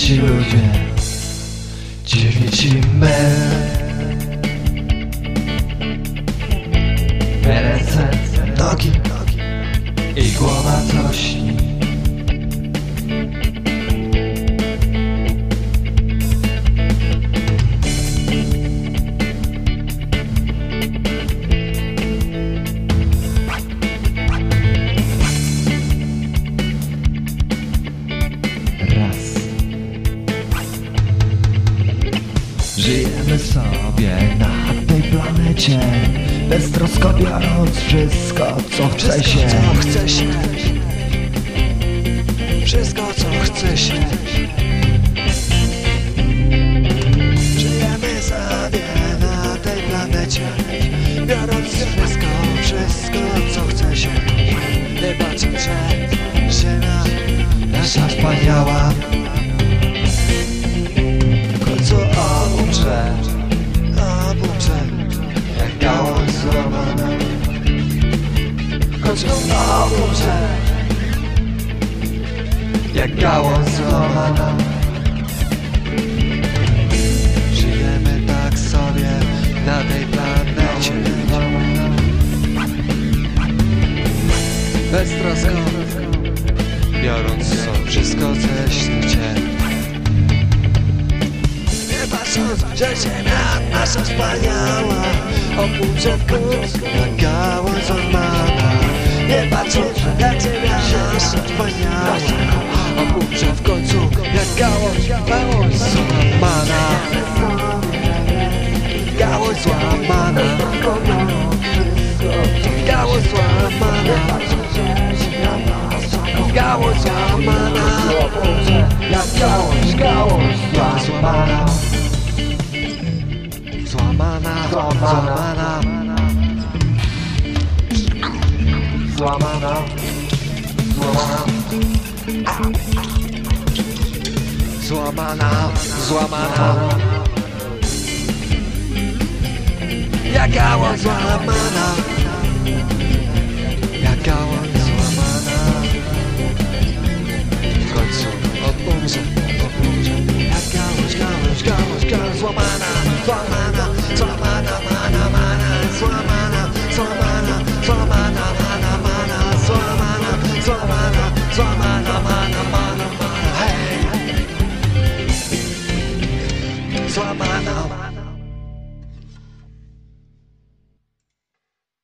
ci ludzie, dziwni ci my. Ręce, nogi i głowa coś śni. Żyjemy sobie na tej planecie, beztrosko biorąc wszystko, co chce się. Wszystko, co chce się. Żyjemy sobie na tej planecie, biorąc wszystko, co chce się. Nie patrząc, że Ziemia nasza wspaniała w końcu obucze, jak gałąź złamana. W końcu obucze, jak gałąź złamana. Żyjemy tak sobie na tej planecie, beztrosko biorąc sobie wszystko, co śnicie. Nie patrząc, że Ziemia nasza wspaniała obucze w końcu jak gałąź złamana. Nie patrząc, jak Ziemia nasza wspaniała obucze w końcu jak gałąź złamana. Gałąź złamana. Gałąź złamana. Gałąź złamana. Jak gałąź złamana. Złamana. Jak gałąź złamana. Jak gałąź złamana. W końcu obucze. Jak gałąź złamana. Złamana.